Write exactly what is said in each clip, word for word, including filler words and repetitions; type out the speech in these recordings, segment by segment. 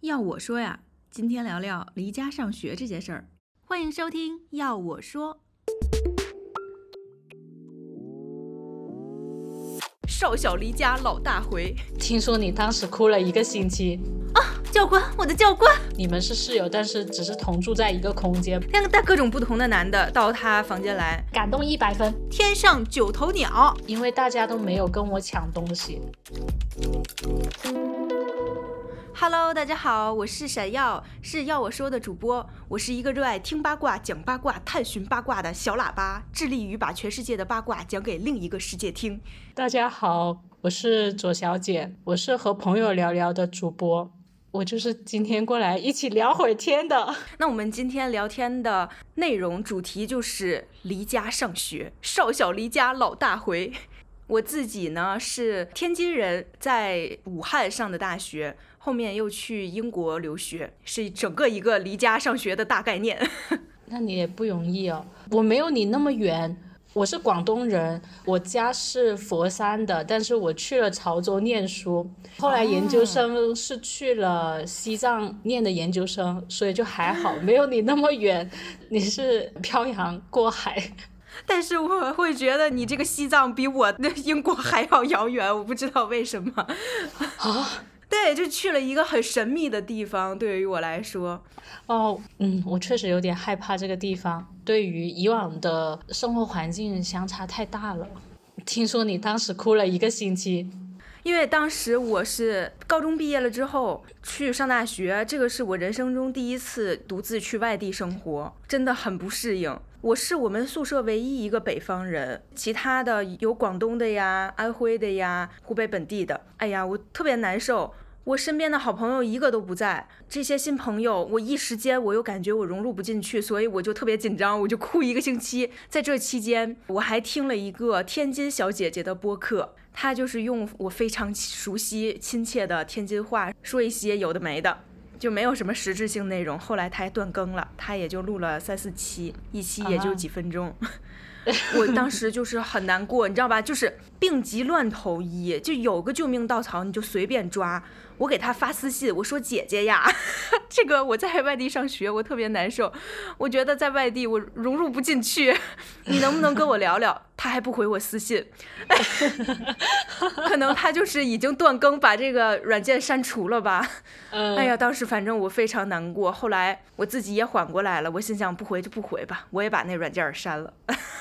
要我说呀，今天聊聊离家上学这件事儿。欢迎收听要我说。少小离家老大回， 听说你当时哭了一个星期啊！教官，我的教官！ 你们是室友，但是只是同住在一个空间。 那个带各种不同的男的到他房间来， 感动一百分。 天上九头鸟， 因为大家都没有跟我抢东西。 Hello， 大家好，我是闪耀，是要我说的主播。我是一个热爱听八卦、讲八卦、探寻八卦的小喇叭，致力于把全世界的八卦讲给另一个世界听。 大家好，我是左小姐，我是和朋友聊聊的主播，我就是今天过来一起聊会儿天的。 那我们今天聊天的内容主题就是离家上学，少小离家老大回。我自己呢是天津人，在武汉上的大学，后面又去英国留学，是整个一个离家上学的大概念。 那你也不容易哦，我没有你那么远，我是广东人，我家是佛山的，但是我去了潮州念书，后来研究生是去了西藏念的研究生，所以就还好，没有你那么远，你是漂洋过海。 但是我会觉得你这个西藏比我的英国还要遥远，我不知道为什么。 啊， 对，就去了一个很神秘的地方，对于我来说。 哦，嗯，我确实有点害怕这个地方，对于以往的生活环境相差太大了。听说你当时哭了一个星期。 因为当时我是高中毕业了之后去上大学，这个是我人生中第一次独自去外地生活，真的很不适应。我是我们宿舍唯一一个北方人，其他的有广东的呀、安徽的呀、湖北本地的。哎呀，我特别难受，我身边的好朋友一个都不在，这些新朋友我一时间我又感觉我融入不进去，所以我就特别紧张，我就哭一个星期。在这期间我还听了一个天津小姐姐的播客，她就是用我非常熟悉亲切的天津话说一些有的没的，就没有什么实质性内容。后来她还断更了，她也就录了三四期，一期也就几分钟、啊我当时就是很难过，你知道吧，就是病急乱投医，就有个救命稻草你就随便抓。我给他发私信，我说姐姐呀，这个我在外地上学，我特别难受，我觉得在外地我融入不进去，你能不能跟我聊聊？他还不回我私信可能他就是已经断更，把这个软件删除了吧、嗯、哎呀，当时反正我非常难过，后来我自己也缓过来了，我心想不回就不回吧，我也把那软件删了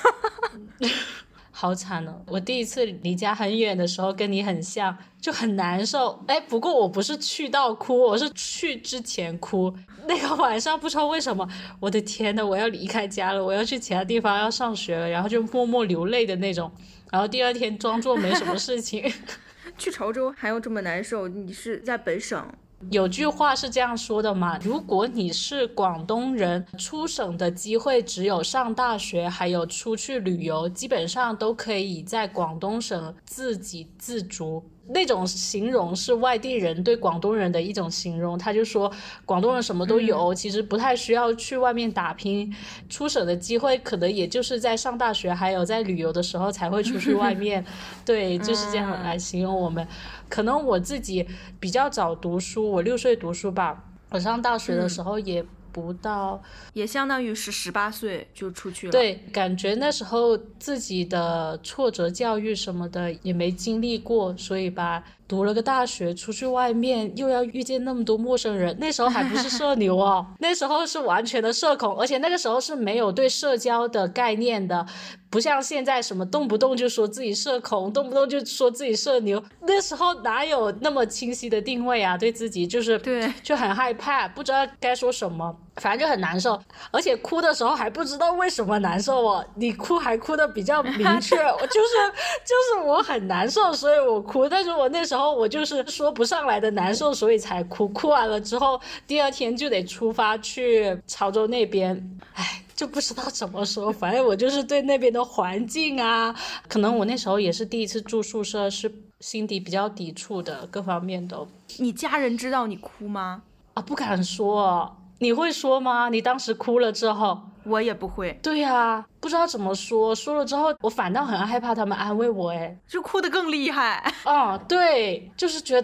好惨哦！我第一次离家很远的时候跟你很像，就很难受。哎，不过我不是去到哭，我是去之前哭。那个晚上不知道为什么，我的天呐，我要离开家了，我要去其他地方要上学了，然后就默默流泪的那种。然后第二天装作没什么事情。 去潮州还要这么难受，你是在本省。 有句话是这样说的嘛，如果你是广东人，出省的机会只有上大学还有出去旅游，基本上都可以在广东省自给自足。那种形容是外地人对广东人的一种形容，他就说广东人什么都有、嗯、其实不太需要去外面打拼，出省的机会可能也就是在上大学还有在旅游的时候才会出去外面对，就是这样来形容我们、嗯、可能我自己比较早读书，我六岁读书吧，我上大学的时候也不到、嗯、 也相当于是十八岁就出去了。 对，感觉那时候自己的挫折教育什么的也没经历过，所以吧，读了个大学出去外面又要遇见那么多陌生人，那时候还不是社牛哦那时候是完全的社恐，而且那个时候是没有对社交的概念的，不像现在什么动不动就说自己社恐，动不动就说自己社牛，那时候哪有那么清晰的定位啊，对自己就是对， 就很害怕，不知道该说什么，反正就很难受，而且哭的时候还不知道为什么难受哦，你哭还哭的比较明确我就是就是我很难受所以我哭，但是我那时候我就是说不上来的难受，所以才哭，哭完了之后第二天就得出发去潮州那边，唉就不知道怎么说，反正我就是对那边的环境啊，可能我那时候也是第一次住宿舍，是心底比较抵触的，各方面都。 你家人知道你哭吗？ 啊，不敢说。你会说吗？你当时哭了之后？ 我也不会。 对呀、啊，不知道怎么说，说了之后我反倒很害怕他们安慰我，哎， 就哭得更厉害。 嗯，对，就是觉得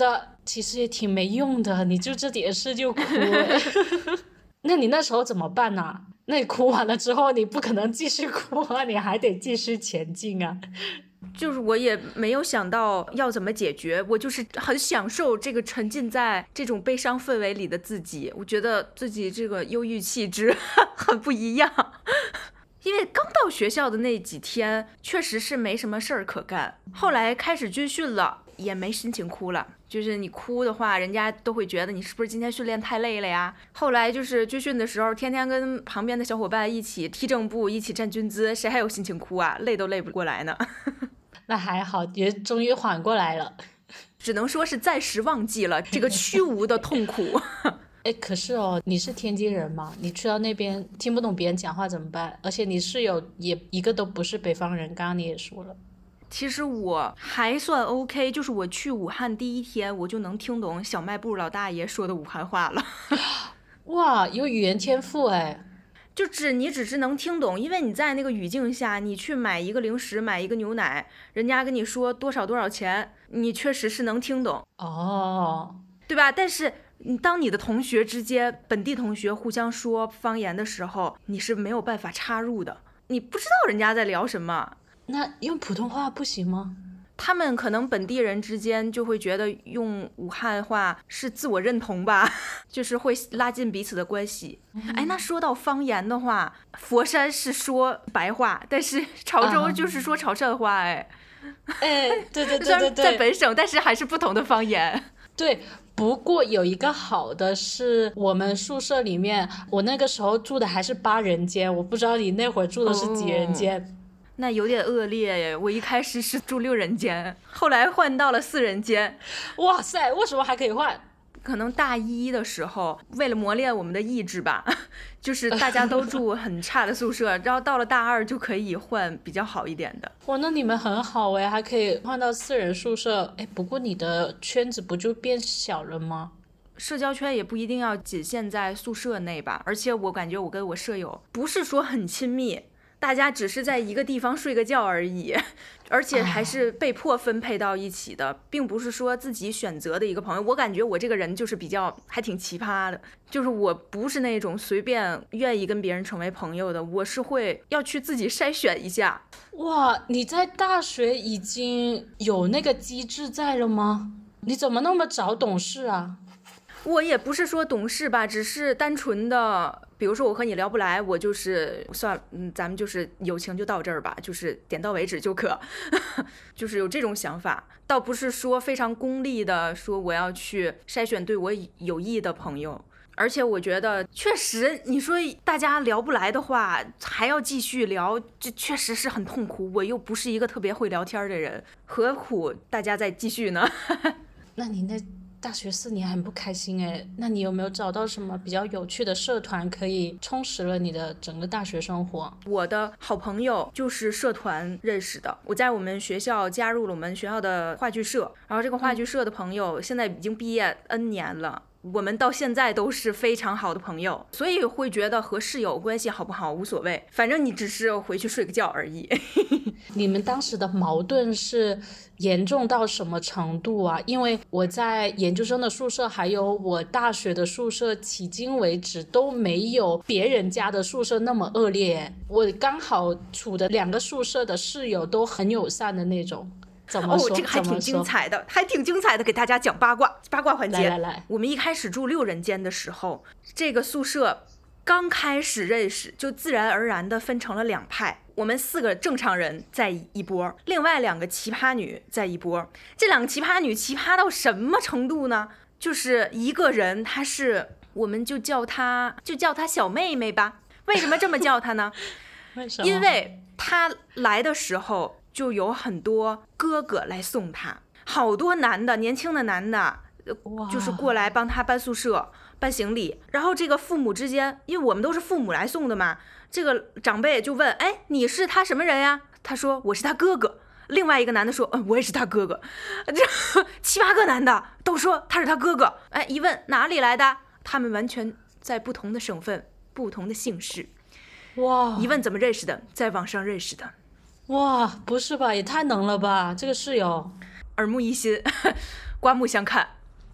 其实也挺没用的，你就这点事就哭那你那时候怎么办呢、啊？那你哭完了之后你不可能继续哭啊，你还得继续前进啊。 就是我也没有想到要怎么解决，我就是很享受这个沉浸在这种悲伤氛围里的自己，我觉得自己这个忧郁气质很不一样。因为刚到学校的那几天确实是没什么事儿可干，后来开始军训了也没心情哭了，就是你哭的话人家都会觉得你是不是今天训练太累了呀。后来就是军训的时候天天跟旁边的小伙伴一起踢正步，一起站军姿，谁还有心情哭啊，累都累不过来呢。 那还好，也终于缓过来了， 只能说是暂时忘记了这个虚无的痛苦。 哎，可是哦，你是天津人嘛？你去到那边听不懂别人讲话怎么办？而且你室友也一个都不是北方人，刚刚你也说了。 其实我还算 OK， 就是我去武汉第一天，我就能听懂小卖部老大爷说的武汉话了。 哇，有语言天赋哎！ 就只你只是能听懂，因为你在那个语境下，你去买一个零食，买一个牛奶，人家跟你说多少多少钱，你确实是能听懂哦， 对吧？但是当你的同学之间，本地同学互相说方言的时候，你是没有办法插入的，你不知道人家在聊什么。 那用普通话不行吗？ 他们可能本地人之间就会觉得用武汉话是自我认同吧，就是会拉近彼此的关系。哎，那说到方言的话，佛山是说白话，但是潮州就是说潮汕话。哎， 哎，对对对对对， 在本省，但是还是不同的方言。 对，不过有一个好的是，我们宿舍里面，我那个时候住的还是八人间，我不知道你那会儿住的是几人间。 哦，那有点恶劣耶，我一开始是住六人间，后来换到了四人间。 哇塞，为什么还可以换？ 可能大一的时候为了磨练我们的意志吧，就是大家都住很差的宿舍，然后到了大二就可以换比较好一点的。 哇，那你们很好哎，还可以换到四人宿舍。哎，不过你的圈子不就变小了吗？ 社交圈也不一定要仅限在宿舍内吧，而且我感觉我跟我舍友不是说很亲密，大家只是在一个地方睡个觉而已，而且还是被迫分配到一起的，并不是说自己选择的一个朋友。我感觉我这个人就是比较还挺奇葩的，就是我不是那种随便愿意跟别人成为朋友的，我是会要去自己筛选一下。 哇，你在大学已经有那个机制在了吗？你怎么那么早懂事啊？ 我也不是说懂事吧，只是单纯的，比如说我和你聊不来，我就是算了，嗯，咱们就是友情就到这儿吧，就是点到为止就可，就是有这种想法，倒不是说非常功利的说我要去筛选对我有益的朋友。而且我觉得确实你说大家聊不来的话还要继续聊，这确实是很痛苦，我又不是一个特别会聊天的人，何苦大家再继续呢？ 那你那大学四年很不开心哎，那你有没有找到什么比较有趣的社团可以充实了你的整个大学生活？ 我的好朋友就是社团认识的，我在我们学校加入了我们学校的话剧社，然后这个话剧社的朋友现在已经毕业 N 年了，我们到现在都是非常好的朋友，所以会觉得和室友关系好不好无所谓，反正你只是回去睡个觉而已。 你们当时的矛盾是严重到什么程度啊？因为我在研究生的宿舍还有我大学的宿舍迄今为止都没有别人家的宿舍那么恶劣，我刚好处的两个宿舍的室友都很友善的那种。怎么说？ 哦，这个还挺精彩的，还挺精彩的，给大家讲八卦，八卦环节。 来来来， 我们一开始住六人间的时候，这个宿舍刚开始认识，就自然而然的分成了两派。我们四个正常人在一波，另外两个奇葩女在一波。这两个奇葩女奇葩到什么程度呢？就是一个人，她是，我们就叫她，就叫她小妹妹吧。为什么这么叫她呢？ 为什么？ 因为她来的时候就有很多哥哥来送她，好多男的，年轻的男的，就是过来帮她搬宿舍、搬行李。然后这个父母之间，因为我们都是父母来送的嘛。这个长辈就问，哎，你是他什么人呀？他说我是他哥哥。另外一个男的说，嗯，我也是他哥哥。这七八个男的都说他是他哥哥。哎，一问哪里来的？他们完全在不同的省份，不同的姓氏。 哇！ 一问怎么认识的？在网上认识的。 哇，不是吧？也太能了吧！这个室友耳目一新，刮目相看。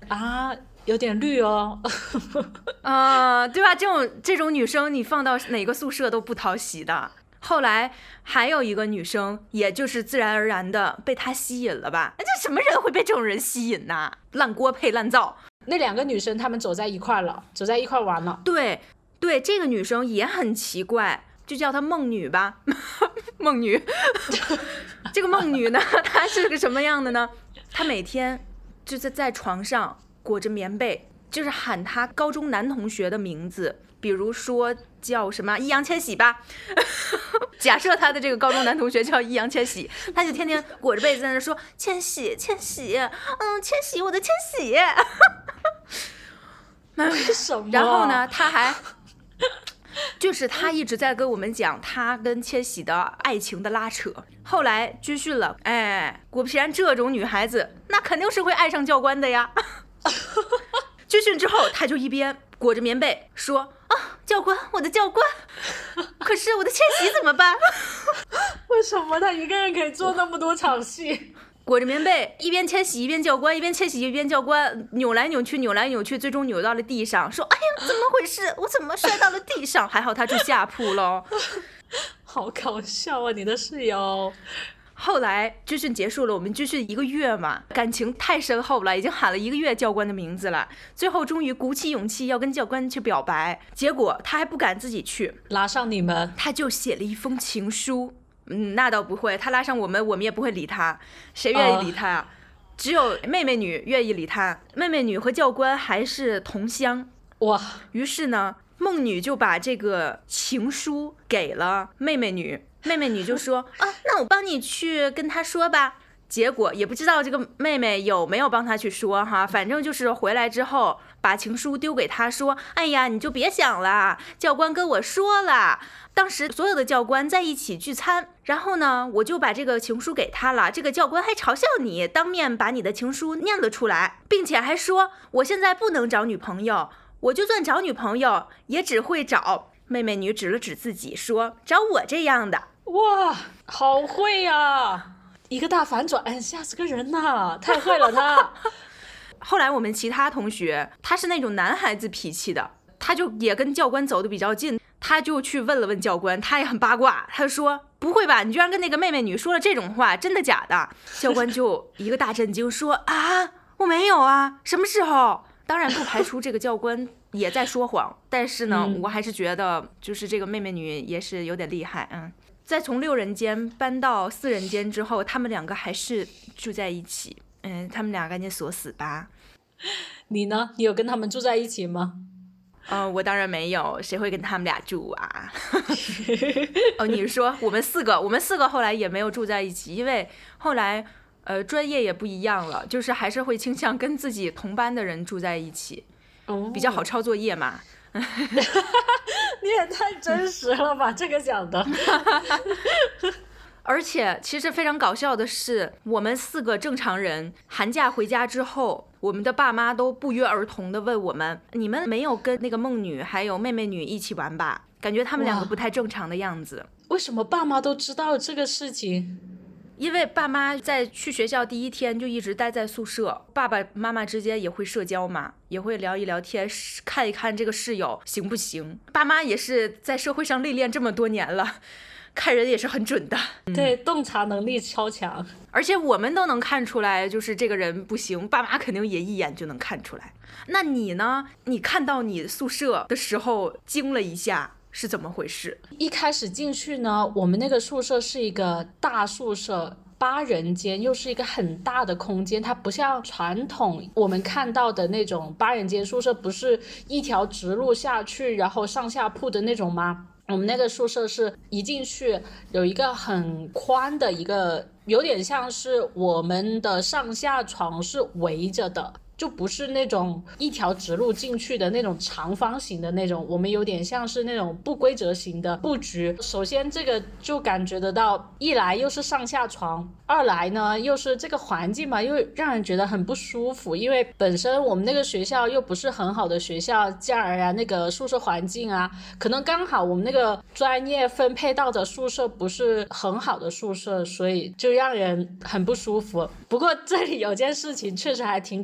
啊，有点绿哦。 啊、呃，对吧？这种这种女生你放到哪个宿舍都不讨喜的。后来还有一个女生，也就是自然而然的被他吸引了吧？这什么人会被这种人吸引呢？烂锅配烂灶。 那两个女生她们走在一块了，走在一块玩了。 对对，这个女生也很奇怪，就叫她梦女吧。梦女。这个梦女呢，她是个什么样的呢？她每天就是在床上裹着棉被，就是喊她高中男同学的名字，比如说叫什么易烊千玺吧。假设她的这个高中男同学叫易烊千玺，她就天天裹着被子在那说千玺千玺，嗯，千玺我的千玺。 为什么？ 然后呢，他还就是他一直在跟我们讲他跟千玺的爱情的拉扯。后来军训了，哎，果不其然，这种女孩子那肯定是会爱上教官的呀。军训之后，他就一边裹着棉被说啊，教官，我的教官，可是我的千玺怎么办？ 为什么他一个人可以做那么多场戏？ 裹着棉被，一边千玺一边教官，一边千玺一边教官，扭来扭去，扭来扭去，最终扭到了地上，说：“哎呀，怎么回事？我怎么摔到了地上？”还好他住下铺了。 好搞笑啊，你的室友。 后来军训结束了，我们军训一个月嘛，感情太深厚了，已经喊了一个月教官的名字了。最后终于鼓起勇气要跟教官去表白，结果他还不敢自己去， 拉上你们， 他就写了一封情书。嗯，那倒不会，他拉上我们，我们也不会理他，谁愿意理他啊？ uh, 只有妹妹女愿意理他。妹妹女和教官还是同乡， 哇！ 于是呢，梦女就把这个情书给了妹妹女，妹妹女就说啊，那我帮你去跟他说吧。结果也不知道这个妹妹有没有帮他去说哈，反正就是回来之后把情书丢给他说，哎呀，你就别想了，教官跟我说了。当时所有的教官在一起聚餐，然后呢，我就把这个情书给他了。这个教官还嘲笑你，当面把你的情书念了出来，并且还说我现在不能找女朋友，我就算找女朋友也只会找。妹妹女指了指自己说，找我这样的。 哇，好会啊！一个大反转，吓死个人呐！太会了他。 后来我们其他同学，他是那种男孩子脾气的，他就也跟教官走得比较近。他就去问了问教官，他也很八卦，他就说不会吧，你居然跟那个妹妹女说了这种话，真的假的？教官就一个大震惊说啊，我没有啊，什么时候？当然不排除这个教官也在说谎，但是呢、嗯、我还是觉得就是这个妹妹女也是有点厉害。嗯，在从六人间搬到四人间之后，他们两个还是住在一起。嗯，他们俩赶紧锁死吧。 你呢？你有跟他们住在一起吗？ 嗯、呃，我当然没有，谁会跟他们俩住啊？哦，你是说我们四个，我们四个后来也没有住在一起，因为后来呃专业也不一样了，就是还是会倾向跟自己同班的人住在一起， 哦， 比较好抄作业嘛。 你也太真实了吧，这个讲的。 而且其实非常搞笑的是，我们四个正常人寒假回家之后，我们的爸妈都不约而同的问我们，你们没有跟那个梦女还有妹妹女一起玩吧？感觉他们两个不太正常的样子。 为什么爸妈都知道这个事情？ 因为爸妈在去学校第一天就一直待在宿舍，爸爸妈妈之间也会社交嘛，也会聊一聊天，看一看这个室友行不行。爸妈也是在社会上历练这么多年了，看人也是很准的。 对，洞察能力超强。 而且我们都能看出来，就是这个人不行，爸妈肯定也一眼就能看出来。那你呢？你看到你宿舍的时候惊了一下，是怎么回事？ 一开始进去呢，我们那个宿舍是一个大宿舍，八人间，又是一个很大的空间，它不像传统我们看到的那种八人间宿舍，不是一条直路下去然后上下铺的那种吗？我们那个宿舍是一进去有一个很宽的一个，有点像是我们的上下床是围着的，就不是那种一条直路进去的那种长方形的那种，我们有点像是那种不规则型的布局。首先这个就感觉得到，一来又是上下床，二来呢又是这个环境嘛，又让人觉得很不舒服，因为本身我们那个学校又不是很好的学校，自然而然那个宿舍环境啊，可能刚好我们那个专业分配到的宿舍不是很好的宿舍，所以就让人很不舒服。不过这里有件事情确实还挺搞笑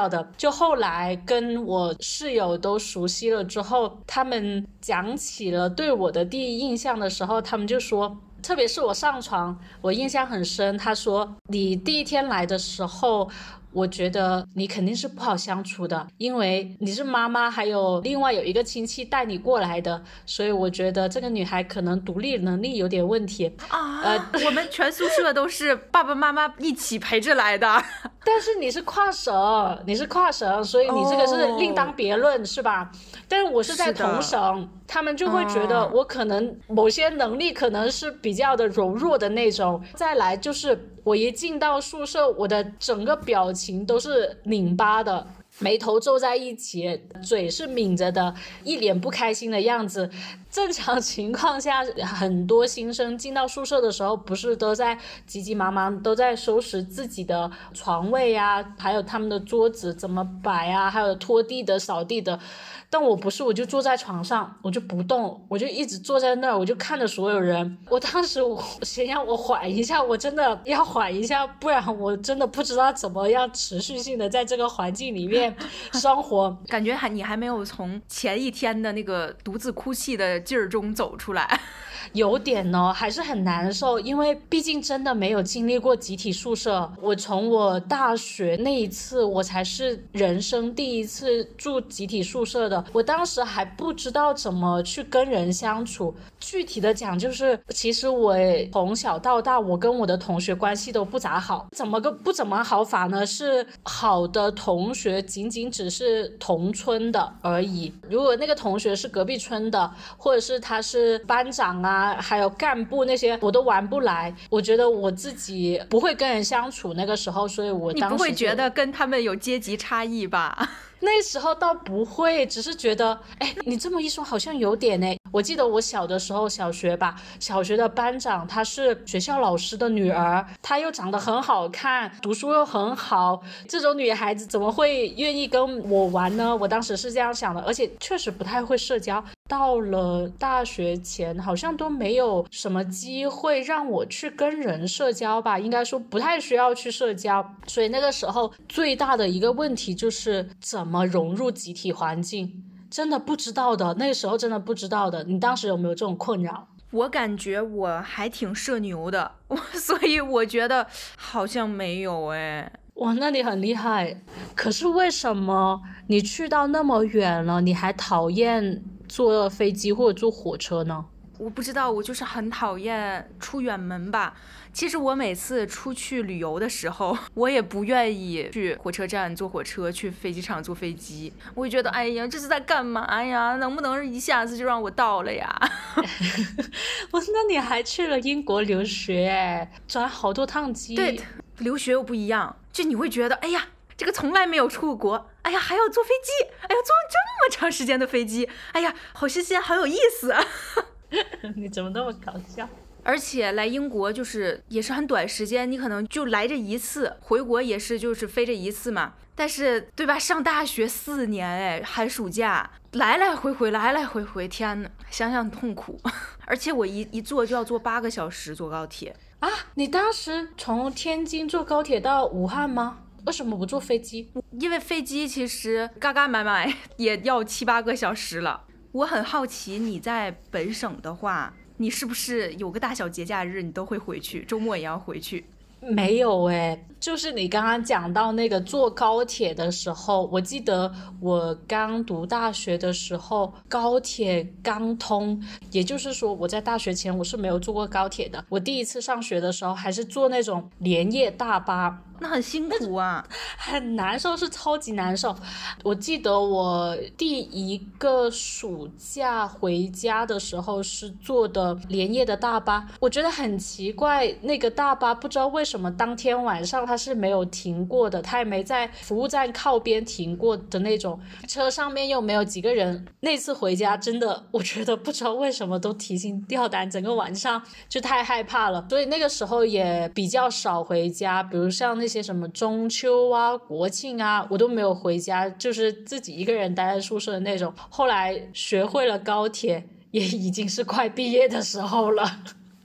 笑的。就后来跟我室友都熟悉了之后，他们讲起了对我的第一印象的时候，他们就说，特别是我上床，我印象很深，他说你第一天来的时候，我觉得你肯定是不好相处的，因为你是妈妈，还有另外有一个亲戚带你过来的，所以我觉得这个女孩可能独立能力有点问题啊。呃，我们全宿舍都是爸爸妈妈一起陪着来的。 但是你是跨省，你是跨省，所以你这个是另当别论，是吧？但是我是在同省，他们就会觉得我可能某些能力可能是比较的柔弱的那种。再来就是我一进到宿舍，我的整个表情都是拧巴的，眉头皱在一起，嘴是抿着的，一脸不开心的样子。正常情况下，很多新生进到宿舍的时候，不是都在急急忙忙都在收拾自己的床位啊，还有他们的桌子怎么摆啊，还有拖地的扫地的。但我不是，我就坐在床上，我就不动，我就一直坐在那儿，我就看着所有人。我当时我先让我缓一下，我真的要缓一下，不然我真的不知道怎么样持续性的在这个环境里面生活。 感觉还你还没有从前一天的那个独自哭泣的劲儿中走出来。 有点呢，还是很难受，因为毕竟真的没有经历过集体宿舍。我从我大学那一次，我才是人生第一次住集体宿舍的。我当时还不知道怎么去跟人相处。具体的讲，就是其实我从小到大，我跟我的同学关系都不咋好。怎么个不怎么好法呢？是好的同学仅仅只是同村的而已。如果那个同学是隔壁村的，或者是他是班长啊，还有干部那些，我都玩不来。我觉得我自己不会跟人相处，那个时候，所以我当时你不会觉得跟他们有阶级差异吧？ 那时候倒不会，只是觉得，哎，你这么一说好像有点哎。我记得我小的时候，小学吧，小学的班长她是学校老师的女儿，她又长得很好看，读书又很好，这种女孩子怎么会愿意跟我玩呢？我当时是这样想的，而且确实不太会社交。到了大学前，好像都没有什么机会让我去跟人社交吧，应该说不太需要去社交。所以那个时候最大的一个问题就是怎么融入集体环境，真的不知道的，那个时候真的不知道的。你当时有没有这种困扰？ 我感觉我还挺社牛的，所以我觉得好像没有哎。 哇，那你很厉害。可是为什么你去到那么远了，你还讨厌坐飞机或者坐火车呢？ 我不知道，我就是很讨厌出远门吧。其实我每次出去旅游的时候，我也不愿意去火车站坐火车，去飞机场坐飞机。我会觉得，哎呀，这是在干嘛呀？能不能一下子就让我到了呀？ 我那你还去了英国留学，转好多趟机。 对，留学又不一样，就你会觉得，哎呀，这个从来没有出过国，哎呀，还要坐飞机，哎呀，坐这么长时间的飞机，哎呀，好新鲜，好有意思啊！ 你怎么那么搞笑？ 而且来英国就是也是很短时间，你可能就来这一次，回国也是就是飞这一次嘛。但是对吧，上大学四年，哎，寒暑假来来回回，来来回回，天哪，想想痛苦。而且我一一坐就要坐八个小时坐高铁啊！你当时从天津坐高铁到武汉吗？为什么不坐飞机？ 因为飞机其实嘎嘎买买也要七八个小时了。我很好奇，你在本省的话，你是不是有个大小节假日你都会回去，周末也要回去？ 没有诶，就是你刚刚讲到那个坐高铁的时候，我记得我刚读大学的时候，高铁刚通，也就是说我在大学前我是没有坐过高铁的。我第一次上学的时候还是坐那种连夜大巴， 那很辛苦啊， 很难受，是超级难受。我记得我第一个暑假回家的时候是坐的连夜的大巴，我觉得很奇怪，那个大巴不知道为什么当天晚上它是没有停过的，它也没在服务站靠边停过的那种，车上面又没有几个人。那次回家真的我觉得不知道为什么都提心吊胆，整个晚上就太害怕了，所以那个时候也比较少回家，比如像那些什么中秋啊国庆啊我都没有回家，就是自己一个人待在宿舍的那种。后来学会了高铁也已经是快毕业的时候了。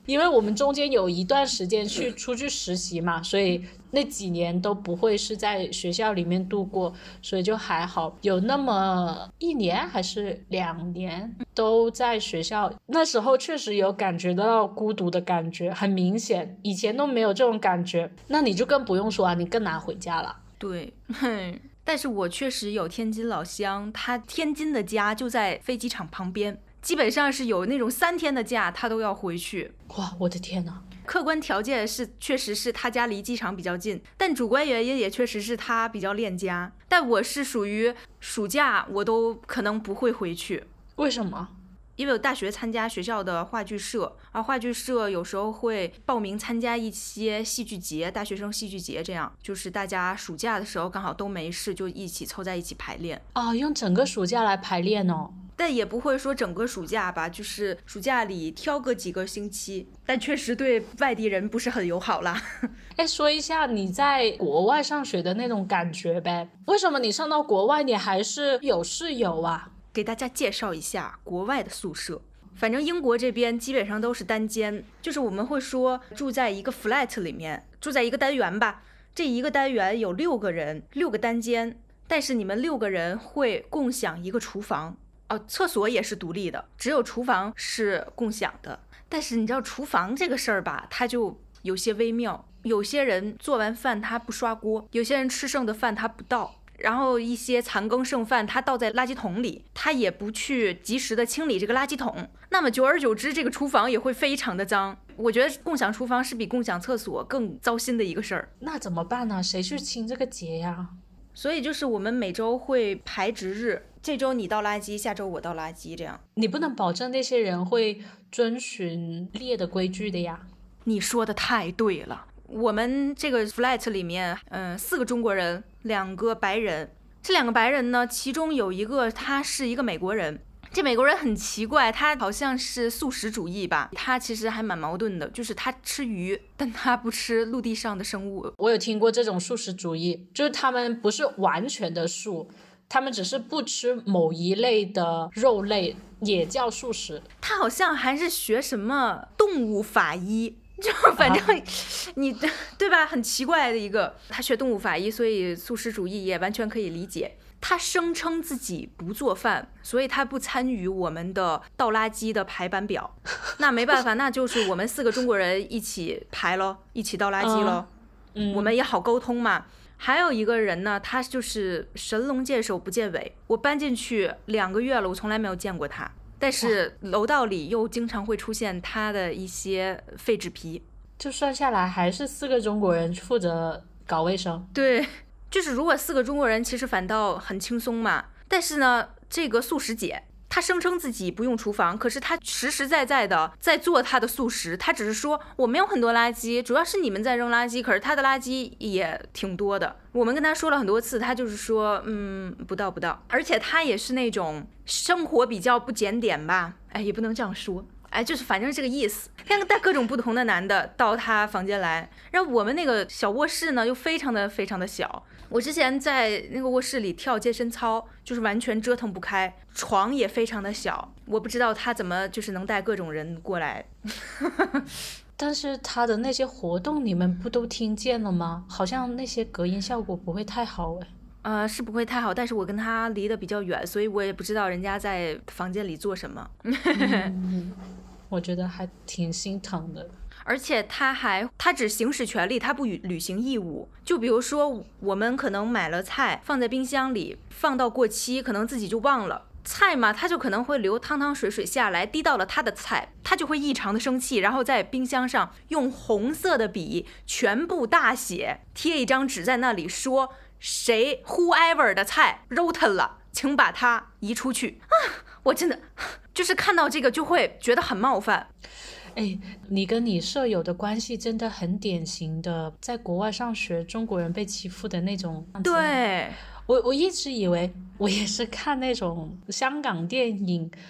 因为我们中间有一段时间去出去实习嘛，所以那几年都不会是在学校里面度过，所以就还好。有那么一年还是两年都在学校，那时候确实有感觉到孤独的感觉，很明显，以前都没有这种感觉。那你就更不用说啊，你更难回家了。 对，但是我确实有天津老乡，他天津的家就在飞机场旁边，基本上是有那种三天的假他都要回去。 哇，我的天哪！ 客观条件是确实是他家离机场比较近，但主观原因也确实是他比较恋家。但我是属于暑假我都可能不会回去。 为什么？ 因为我大学参加学校的话剧社，而话剧社有时候会报名参加一些戏剧节，大学生戏剧节，这样就是大家暑假的时候刚好都没事，就一起凑在一起排练。 啊，用整个暑假来排练哦。 但也不会说整个暑假吧，就是暑假里挑个几个星期，但确实对外地人不是很友好啦。 哎，说一下你在国外上学的那种感觉呗？为什么你上到国外你还是有室友啊？ 给大家介绍一下国外的宿舍。反正英国这边基本上都是单间，就是我们会说住在一个 flat 里面，住在一个单元吧。这一个单元有六个人，六个单间，但是你们六个人会共享一个厨房。哦，厕所也是独立的，只有厨房是共享的。但是你知道厨房这个事儿吧，它就有些微妙。有些人做完饭他不刷锅，有些人吃剩的饭他不倒，然后一些残羹剩饭他倒在垃圾桶里，他也不去及时的清理这个垃圾桶。那么久而久之，这个厨房也会非常的脏。我觉得共享厨房是比共享厕所更糟心的一个事儿。 那怎么办呢？谁去清这个洁呀？ 所以就是我们每周会排值日，这周你倒垃圾，下周我倒垃圾，这样。 你不能保证那些人会遵循列的规矩的呀。 你说的太对了。我们这个 flat 里面，嗯，四个中国人，两个白人。这两个白人呢，其中有一个他是一个美国人。这美国人很奇怪，他好像是素食主义吧，他其实还蛮矛盾的，就是他吃鱼，但他不吃陆地上的生物。 我有听过这种素食主义，就是他们不是完全的素，他们只是不吃某一类的肉类，也叫素食。 他好像还是学什么动物法医，就反正你、啊、对吧，很奇怪的一个，他学动物法医，所以素食主义也完全可以理解。他声称自己不做饭，所以他不参与我们的倒垃圾的排班表。那没办法，那就是我们四个中国人一起排咯，一起倒垃圾咯、嗯、我们也好沟通嘛。还有一个人呢，他就是神龙见首不见尾，我搬进去两个月了，我从来没有见过他，但是楼道里又经常会出现他的一些废纸皮。 就算下来还是四个中国人负责搞卫生。 对，就是如果四个中国人其实反倒很轻松嘛。但是呢，这个素食姐她声称自己不用厨房，可是她实实在在的在做她的素食。她只是说我没有很多垃圾，主要是你们在扔垃圾，可是她的垃圾也挺多的。我们跟她说了很多次，她就是说嗯不到不到。而且她也是那种生活比较不检点吧，哎也不能这样说，哎，就是反正这个意思。看带各种不同的男的到他房间来，然后我们那个小卧室呢又非常的非常的小。我之前在那个卧室里跳健身操，就是完全折腾不开，床也非常的小。我不知道他怎么就是能带各种人过来。 但是他的那些活动你们不都听见了吗？好像那些隔音效果不会太好哎。 呃，是不会太好，但是我跟他离得比较远，所以我也不知道人家在房间里做什么。 嗯，我觉得还挺心疼的。 而且他还他只行使权利，他不履行义务。就比如说我们可能买了菜放在冰箱里，放到过期，可能自己就忘了菜嘛，他就可能会流汤汤水水下来，滴到了他的菜，他就会异常的生气，然后在冰箱上用红色的笔全部大写贴一张纸在那里说，谁 whoever 的菜 rotten 了，请把它移出去啊！我真的就是看到这个就会觉得很冒犯。 哎，你跟你舍友的关系真的很典型的在国外上学中国人被欺负的那种样子。 对， 我我一直以为我也是看那种香港电影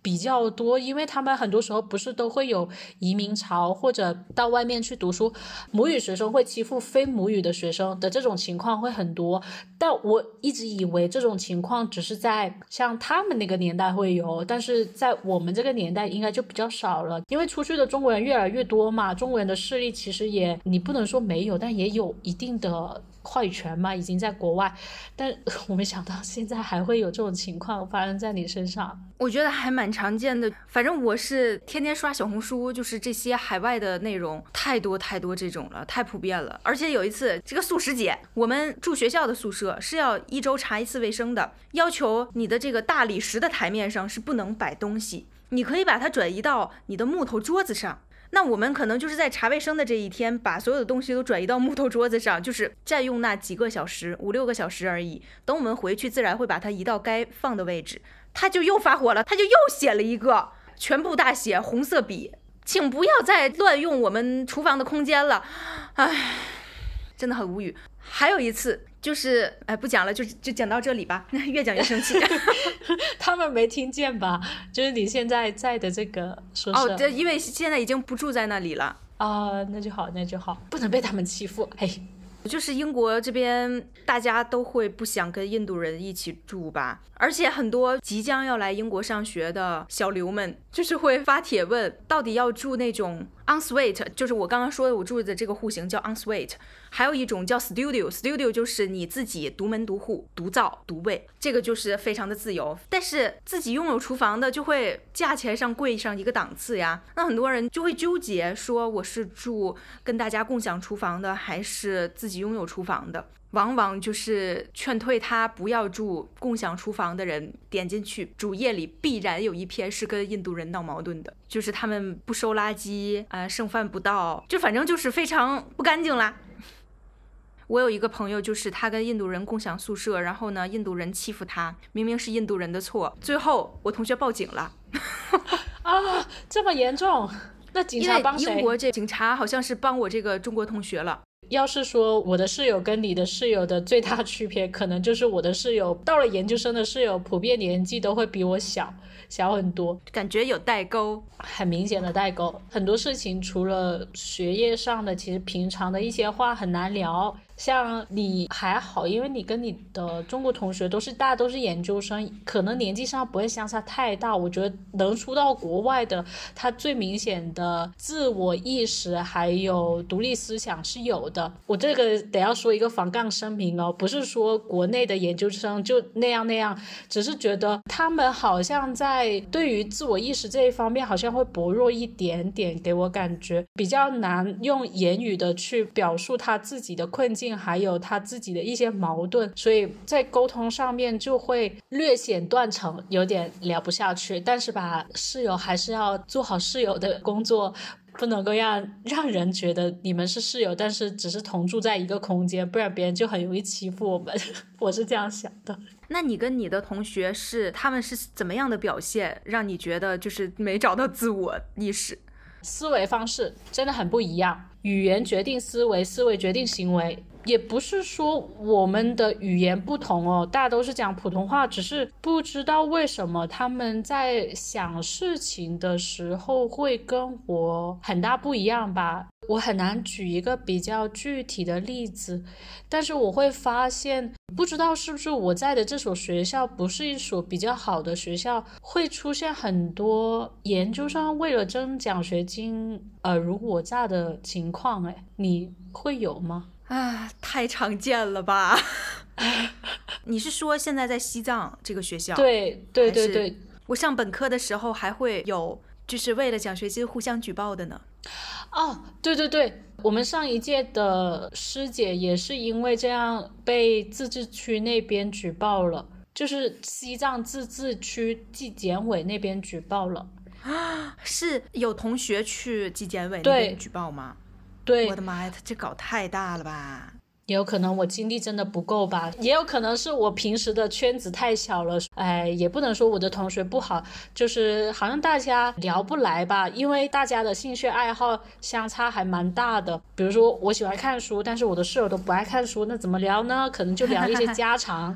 比较多，因为他们很多时候不是都会有移民潮或者到外面去读书，母语学生会欺负非母语的学生的这种情况会很多。但我一直以为这种情况只是在像他们那个年代会有，但是在我们这个年代应该就比较少了，因为出去的中国人越来越多嘛，中国人的势力其实也你不能说没有，但也有一定的话语权嘛，已经在国外。但我没想到现在还会有这种情况发生在你身上。 我觉得还蛮常见的，反正我是天天刷小红书，就是这些海外的内容太多太多这种了，太普遍了。而且有一次这个素食节，我们住学校的宿舍是要一周查一次卫生的，要求你的这个大理石的台面上是不能摆东西，你可以把它转移到你的木头桌子上。那我们可能就是在查卫生的这一天，把所有的东西都转移到木头桌子上，就是占用那几个小时，五六个小时而已。等我们回去，自然会把它移到该放的位置。他就又发火了，他就又写了一个全部大写红色笔，请不要再乱用我们厨房的空间了。唉，真的很无语。还有一次就是，哎，不讲了，就就讲到这里吧，越讲越生气。 他们没听见吧？就是你现在在的这个宿舍。 哦，这因为现在已经不住在那里了。 啊、呃，那就好，那就好，不能被他们欺负。哎， 就是英国这边大家都会不想跟印度人一起住吧，而且很多即将要来英国上学的小留们就是会发帖问到底要住那种 ensuite， 就是我刚刚说的我住的这个户型叫 ensuite， 还有一种叫 studio， studio 就是你自己独门独户独灶独卫，这个就是非常的自由，但是自己拥有厨房的就会价钱上贵上一个档次呀。那很多人就会纠结说我是住跟大家共享厨房的还是自己拥有厨房的，往往就是劝退他不要住共享厨房的人点进去主页里必然有一篇是跟印度人闹矛盾的，就是他们不收垃圾啊、呃，剩饭不到，就反正就是非常不干净啦。我有一个朋友，就是他跟印度人共享宿舍，然后呢印度人欺负他，明明是印度人的错，最后我同学报警了。 啊，这么严重？那警察帮谁？ 因为英国这警察好像是帮我这个中国同学了。 要是说我的室友跟你的室友的最大区别，可能就是我的室友到了研究生的室友普遍年纪都会比我小小很多， 感觉有代沟， 很明显的代沟。很多事情除了学业上的，其实平常的一些话很难聊。像你还好，因为你跟你的中国同学都是大家都是研究生，可能年纪上不会相差太大。我觉得能出到国外的，他最明显的自我意识还有独立思想是有的。我这个得要说一个防杠声明哦，不是说国内的研究生就那样那样，只是觉得他们好像在对于自我意识这一方面好像会薄弱一点点，给我感觉比较难用言语的去表述他自己的困境还有他自己的一些矛盾，所以在沟通上面就会略显断层，有点聊不下去。但是吧，室友还是要做好室友的工作，不能够让让人觉得你们是室友，但是只是同住在一个空间，不然别人就很容易欺负我们。我是这样想的。 那你跟你的同学是他们是怎么样的表现，让你觉得就是没找到自我意识？ 思维方式真的很不一样，语言决定思维，思维决定行为。也不是说我们的语言不同哦，大家都是讲普通话，只是不知道为什么他们在想事情的时候会跟我很大不一样吧。我很难举一个比较具体的例子，但是我会发现，不知道是不是我在的这所学校不是一所比较好的学校，会出现很多研究生为了争奖学金尔虞我诈的情况。哎，你会有吗？ 啊，太常见了吧。你是说现在在西藏这个学校？ 对对对对， 我上本科的时候还会有就是为了奖学金互相举报的呢。 哦，对对对，我们上一届的师姐也是因为这样被自治区那边举报了，就是西藏自治区纪检委那边举报了。 是有同学去纪检委那边举报吗？ 对， 我的妈呀，他这搞太大了吧。 也有可能我精力真的不够吧，也有可能是我平时的圈子太小了，哎，也不能说我的同学不好，就是好像大家聊不来吧，因为大家的兴趣爱好相差还蛮大的。比如说我喜欢看书，但是我的室友都不爱看书，那怎么聊呢？可能就聊一些家常。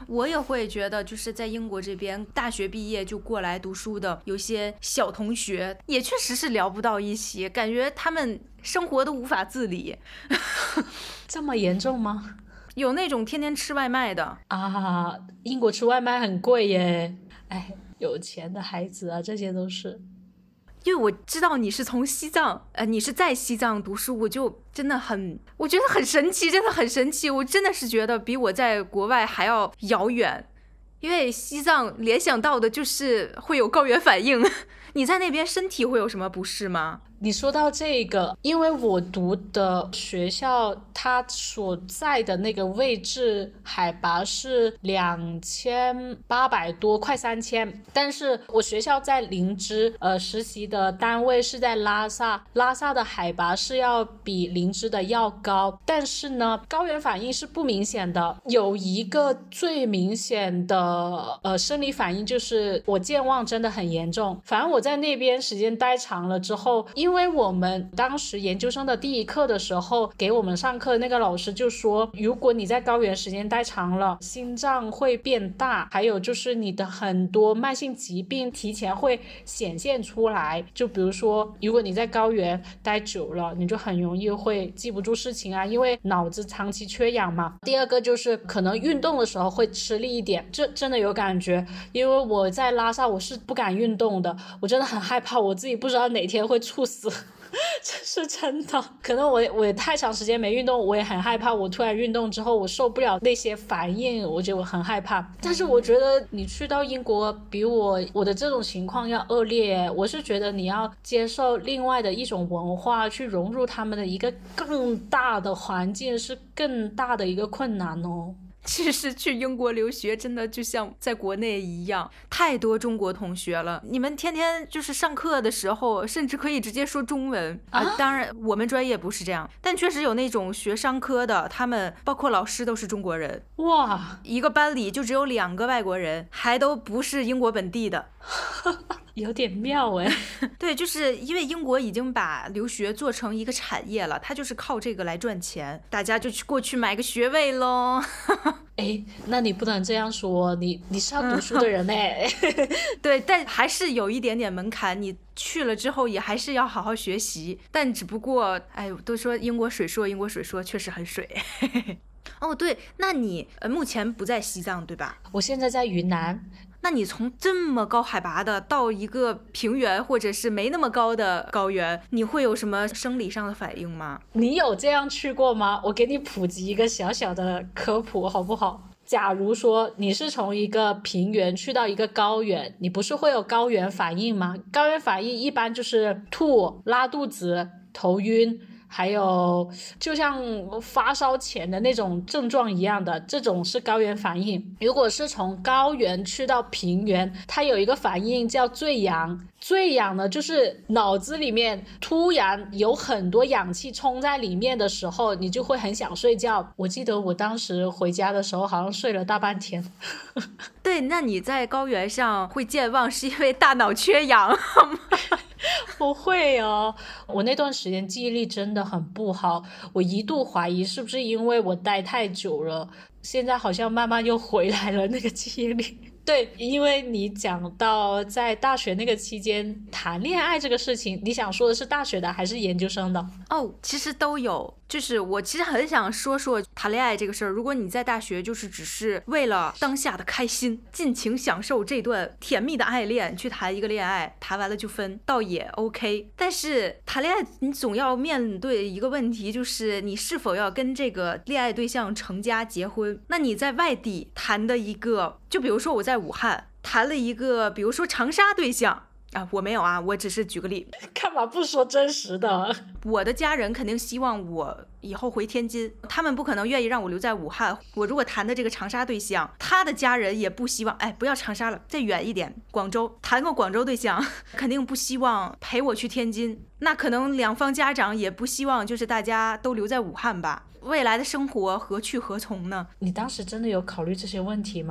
我也会觉得，就是在英国这边大学毕业就过来读书的有些小同学，也确实是聊不到一起，感觉他们生活都无法自理。 这么严重吗？ 有那种天天吃外卖的啊，英国吃外卖很贵耶。哎，有钱的孩子啊，这些都是。 因为我知道你是从西藏，呃，你是在西藏读书，我就真的很，我觉得很神奇，真的很神奇。我真的是觉得比我在国外还要遥远，因为西藏联想到的就是会有高原反应。你在那边身体会有什么不适吗？ 你说到这个，因为我读的学校它所在的那个位置海拔是两千八百多，快三千，但是我学校在林芝，呃，实习的单位是在拉萨，拉萨的海拔是要比林芝的要高，但是呢，高原反应是不明显的。有一个最明显的呃生理反应就是我健忘真的很严重。反正我在那边时间待长了之后，因为我们当时研究生的第一课的时候，给我们上课那个老师就说，如果你在高原时间待长了，心脏会变大，还有就是你的很多慢性疾病提前会显现出来。就比如说，如果你在高原待久了，你就很容易会记不住事情啊，因为脑子长期缺氧嘛。第二个就是可能运动的时候会吃力一点，这真的有感觉，因为我在拉萨我是不敢运动的，我真的很害怕我自己不知道哪天会猝死。这是真的，可能我我也太长时间没运动，我也很害怕我突然运动之后我受不了那些反应，我觉得我很害怕。但是我觉得你去到英国比我我的这种情况要恶劣，我是觉得你要接受另外的一种文化，去融入他们的一个更大的环境，是更大的一个困难哦。 其实去英国留学真的就像在国内一样，太多中国同学了，你们天天就是上课的时候甚至可以直接说中文啊、呃。当然我们专业不是这样，但确实有那种学商科的，他们包括老师都是中国人。 哇， 一个班里就只有两个外国人，还都不是英国本地的。 有点妙哎。 对，就是因为英国已经把留学做成一个产业了，它就是靠这个来赚钱，大家就去过去买个学位咯。 哎，那你不能这样说，你你是要读书的人哎。 对，但还是有一点点门槛，你去了之后也还是要好好学习，但只不过哎，都说英国水硕，英国水硕确实很水。哦对，那你呃目前不在西藏对吧？ 我现在在云南。 那你从这么高海拔的到一个平原或者是没那么高的高原，你会有什么生理上的反应吗？ 你有这样去过吗？我给你普及一个小小的科普好不好？假如说你是从一个平原去到一个高原，你不是会有高原反应吗？高原反应一般就是吐、拉肚子、头晕，还有就像发烧前的那种症状一样的，这种是高原反应。如果是从高原去到平原，它有一个反应叫醉氧。醉氧呢，就是脑子里面突然有很多氧气冲在里面的时候，你就会很想睡觉。我记得我当时回家的时候好像睡了大半天。 对，那你在高原上会健忘是因为大脑缺氧？ 不会哦，我那段时间记忆力真的很不好，我一度怀疑是不是因为我待太久了，现在好像慢慢又回来了那个记忆力。对，因为你讲到在大学那个期间谈恋爱这个事情，你想说的是大学的还是研究生的？ 哦，其实都有。就是我其实很想说说谈恋爱这个事儿，如果你在大学就是只是为了当下的开心，尽情享受这段甜蜜的爱恋，去谈一个恋爱，谈完了就分，倒也 OK。但是谈恋爱你总要面对一个问题，就是你是否要跟这个恋爱对象成家结婚。那你在外地谈的一个，就比如说我在武汉谈了一个比如说长沙对象啊，我没有啊，我只是举个例。 干嘛不说真实的？ 我的家人肯定希望我以后回天津，他们不可能愿意让我留在武汉。我如果谈的这个长沙对象，他的家人也不希望，哎，不要长沙了，再远一点，广州，谈个广州对象，肯定不希望陪我去天津。那可能两方家长也不希望，就是大家都留在武汉吧。未来的生活何去何从呢？ 你当时真的有考虑这些问题吗？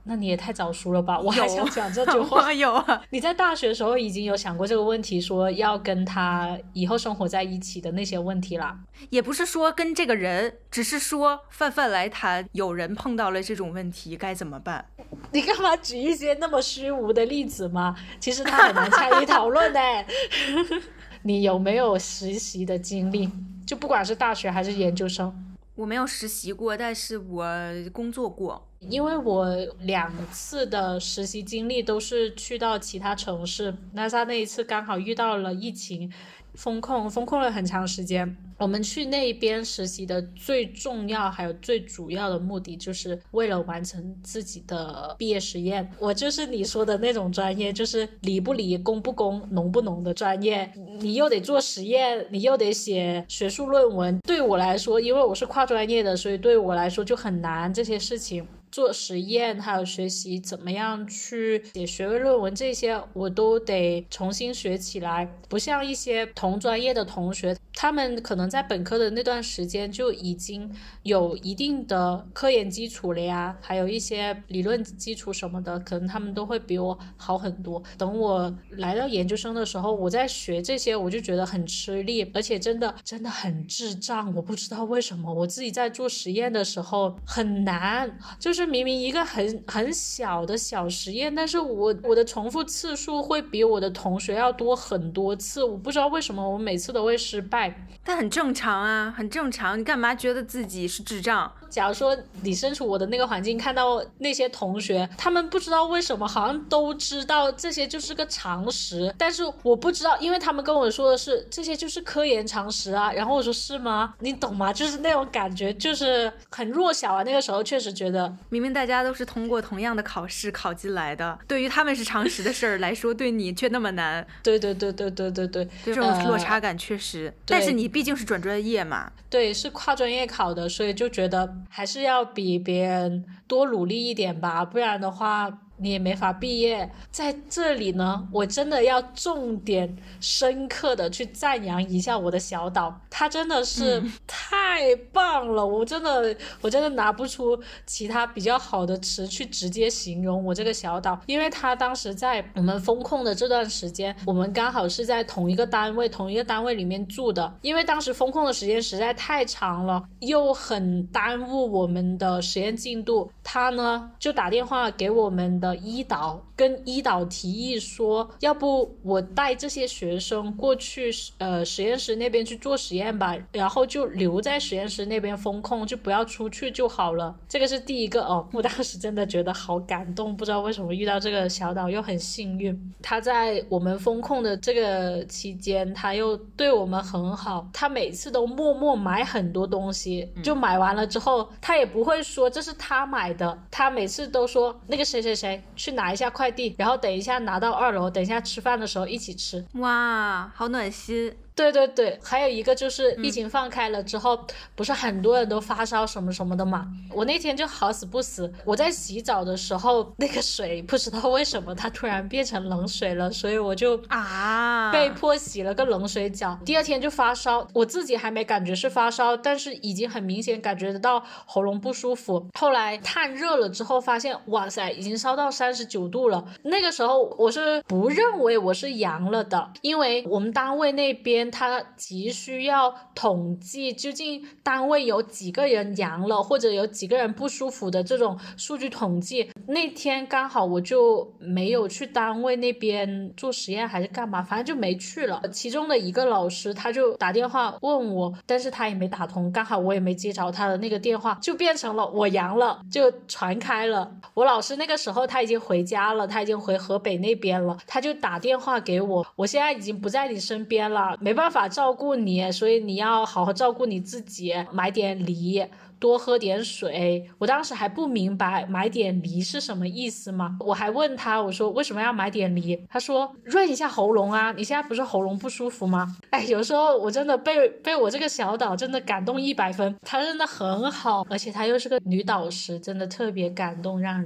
那你也太早熟了吧，我还想讲这句话。 有啊， 你在大学的时候已经有想过这个问题，说要跟他以后生活在一起的那些问题啦？ 也不是说跟这个人，只是说泛泛来谈，有人碰到了这种问题该怎么办。 你干嘛举一些那么虚无的例子吗？其实他很难参与讨论的。你有没有实习的经历？就不管是大学还是研究生。 我没有实习过，但是我工作过。 因为我两次的实习经历都是去到其他城市，那他那一次刚好遇到了疫情封控，封控了很长时间。我们去那边实习的最重要还有最主要的目的，就是为了完成自己的毕业实验。我就是你说的那种专业，就是理不理、公不公、浓不浓的专业。你又得做实验，你又得写学术论文。对我来说，因为我是跨专业的，所以对我来说就很难这些事情。做实验还有学习怎么样去写学位论文，这些我都得重新学起来。不像一些同专业的同学，他们可能在本科的那段时间就已经有一定的科研基础了呀，还有一些理论基础什么的，可能他们都会比我好很多。等我来到研究生的时候，我在学这些我就觉得很吃力，而且真的真的很智障。我不知道为什么我自己在做实验的时候很难，就是明明一个很很小的小实验，但是我我的重复次数会比我的同学要多很多次。我不知道为什么我每次都会失败， 但很正常啊，很正常。你干嘛觉得自己是智障？ 假如说你身处我的那个环境，看到那些同学，他们不知道为什么好像都知道这些就是个常识，但是我不知道，因为他们跟我说的是这些就是科研常识啊。然后我说是吗？你懂吗？就是那种感觉，就是很弱小啊。那个时候确实觉得， 明明大家都是通过同样的考试考进来的，对于他们是常识的事儿来说，对你却那么难。 对对对对对对对， 这种落差感确实。呃、但是你毕竟是转专业嘛。 对，是跨专业考的，所以就觉得还是要比别人多努力一点吧，不然的话你也没法毕业。在这里呢，我真的要重点深刻的去赞扬一下我的小岛，他真的是太棒了、嗯、我真的我真的拿不出其他比较好的词去直接形容我这个小岛。因为他当时在我们封控的这段时间，我们刚好是在同一个单位同一个单位里面住的，因为当时封控的时间实在太长了，又很耽误我们的实验进度，他呢就打电话给我们的医导，跟医导提议说，要不我带这些学生过去呃实验室那边去做实验吧，然后就留在实验室那边封控，就不要出去就好了。这个是第一个哦，我当时真的觉得好感动，不知道为什么遇到这个小岛又很幸运。他在我们封控的这个期间，他又对我们很好，他每次都默默买很多东西，就买完了之后他也不会说这是他买的，他每次都说那个谁谁谁去拿一下快递，然后等一下拿到二楼，等一下吃饭的时候一起吃。 哇，好暖心。 对对对，还有一个就是疫情放开了之后、嗯、不是很多人都发烧什么什么的嘛，我那天就好死不死，我在洗澡的时候那个水不知道为什么它突然变成冷水了，所以我就啊被迫洗了个冷水澡、啊、第二天就发烧，我自己还没感觉是发烧，但是已经很明显感觉得到喉咙不舒服，后来探热了之后发现哇塞已经烧到三十九度了。那个时候我是不认为我是阳了的，因为我们单位那边他急需要统计究竟单位有几个人阳了或者有几个人不舒服的这种数据统计。那天刚好我就没有去单位那边做实验还是干嘛，反正就没去了。其中的一个老师他就打电话问我，但是他也没打通，刚好我也没接着他的那个电话，就变成了我阳了，就传开了。我老师那个时候他已经回家了，他已经回河北那边了，他就打电话给我，我现在已经不在你身边了，没办法照顾你，所以你要好好照顾你自己，买点梨，多喝点水。我当时还不明白买点梨是什么意思嘛，我还问他，我说为什么要买点梨，他说润一下喉咙啊，你现在不是喉咙不舒服吗？哎，有时候我真的被被我这个小岛真的感动一百分，他真的很好，而且他又是个女导师，真的特别感动让人。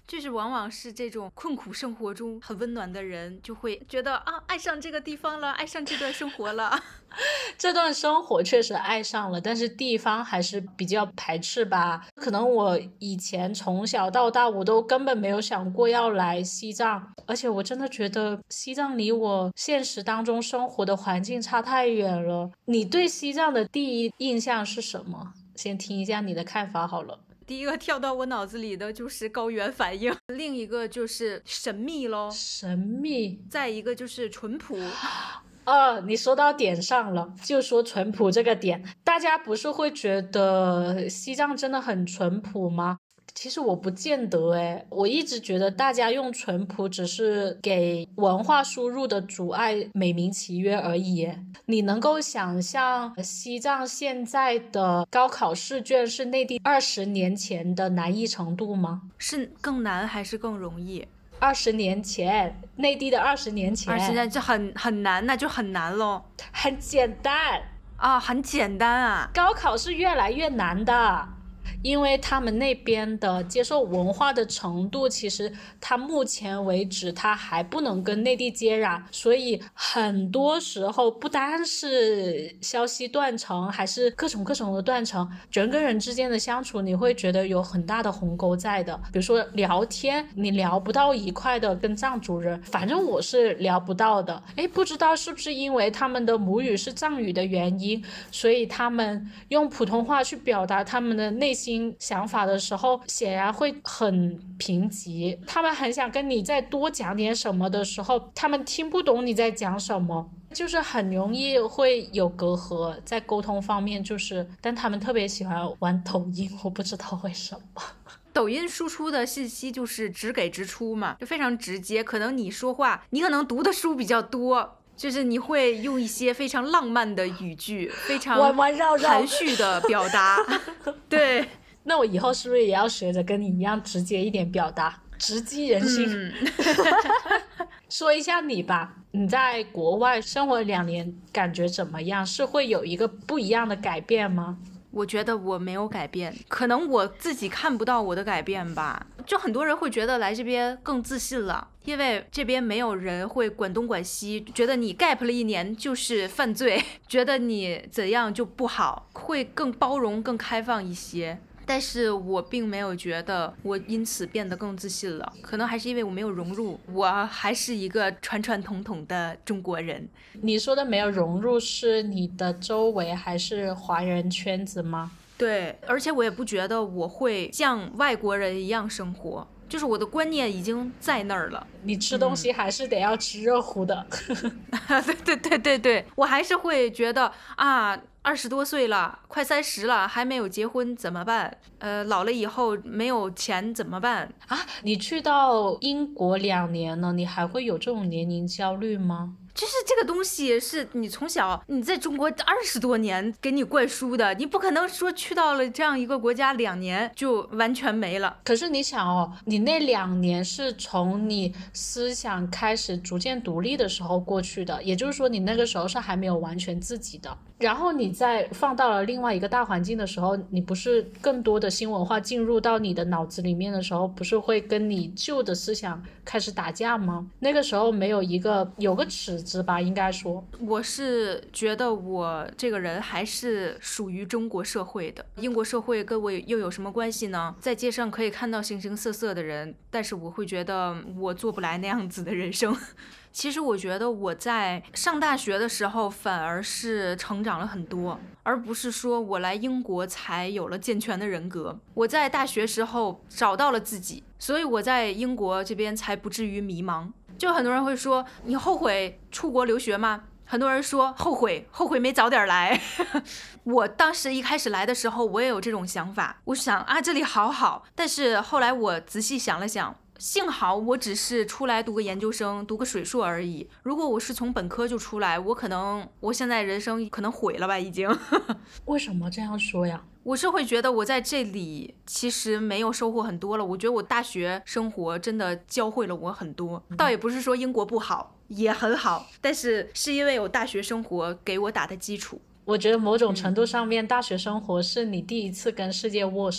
就是往往是这种困苦生活中很温暖的人就会觉得啊，爱上这个地方了，爱上这段生活了。 这段生活确实爱上了，但是地方还是比较排斥吧。可能我以前从小到大我都根本没有想过要来西藏，而且我真的觉得西藏离我现实当中生活的环境差太远了。你对西藏的第一印象是什么？先听一下你的看法好了。 第一个跳到我脑子里的就是高原反应，另一个就是神秘咯， 神秘， 再一个就是淳朴。 哦，你说到点上了，就说淳朴这个点，大家不是会觉得西藏真的很淳朴吗？其实我不见得诶，我一直觉得大家用淳朴只是给文化输入的阻碍美名其曰而已。你能够想象西藏现在的高考试卷是内地二十年前的难易程度吗？ 是更难还是更容易？ 二十年前，内地的二十年前， 二十年这很很难，那就很难咯。 很简单啊，很简单啊。 高考是越来越难的，因为他们那边的接受文化的程度，其实他目前为止他还不能跟内地接壤，所以很多时候不单是消息断层，还是各种各种的断层，人跟人之间的相处你会觉得有很大的鸿沟在的。比如说聊天，你聊不到一块的跟藏族人，反正我是聊不到的。诶，不知道是不是因为他们的母语是藏语的原因，所以他们用普通话去表达他们的内心想法的时候显然会很贫瘠，他们很想跟你再多讲点什么的时候，他们听不懂你在讲什么，就是很容易会有隔阂在沟通方面，就是但他们特别喜欢玩抖音，我不知道为什么。 抖音输出的信息就是直给直出嘛，就非常直接。可能你说话，你可能读的书比较多，就是你会用一些非常浪漫的语句，非常弯弯绕绕含蓄的表达。对， 那我以后是不是也要学着跟你一样直接一点表达，直击人心？嗯、说一下你吧，你在国外生活两年感觉怎么样？是会有一个不一样的改变吗？ 我觉得我没有改变，可能我自己看不到我的改变吧。就很多人会觉得来这边更自信了，因为这边没有人会管东管西，觉得你 gap 了一年就是犯罪，觉得你怎样就不好，会更包容更开放一些。但是我并没有觉得我因此变得更自信了，可能还是因为我没有融入，我还是一个传传统统的中国人。 你说的没有融入是你的周围还是华人圈子吗？ 对，而且我也不觉得我会像外国人一样生活，就是我的观念已经在那儿了。 你吃东西还是得要吃热乎的。 嗯、对对对对对，我还是会觉得啊，二十多岁了，快三十了，还没有结婚怎么办？呃，老了以后没有钱怎么办？ 啊，你去到英国两年了，你还会有这种年龄焦虑吗？ 就是这个东西是你从小你在中国二十多年给你灌输的，你不可能说去到了这样一个国家两年就完全没了。 可是你想哦，你那两年是从你思想开始逐渐独立的时候过去的，也就是说你那个时候是还没有完全自己的。然后你在放到了另外一个大环境的时候，你不是更多的新文化进入到你的脑子里面的时候，不是会跟你旧的思想开始打架吗？那个时候没有一个有个尺子吧，应该说。 我是觉得我这个人还是属于中国社会的，英国社会跟我又有什么关系呢？在街上可以看到形形色色的人，但是我会觉得我做不来那样子的人生。其实我觉得我在上大学的时候反而是成长了很多，而不是说我来英国才有了健全的人格。我在大学时候找到了自己，所以我在英国这边才不至于迷茫。就很多人会说，你后悔出国留学吗？很多人说后悔，后悔没早点来。我当时一开始来的时候，我也有这种想法，我想啊，这里好好。但是后来我仔细想了想，幸好我只是出来读个研究生，读个水硕而已。如果我是从本科就出来，我可能我现在人生可能毁了吧，已经。 为什么这样说呀？ 我是会觉得我在这里其实没有收获很多了。我觉得我大学生活真的教会了我很多，倒也不是说英国不好，也很好，但是是因为有大学生活给我打的基础。 我觉得某种程度上面，大学生活是你第一次跟世界握手。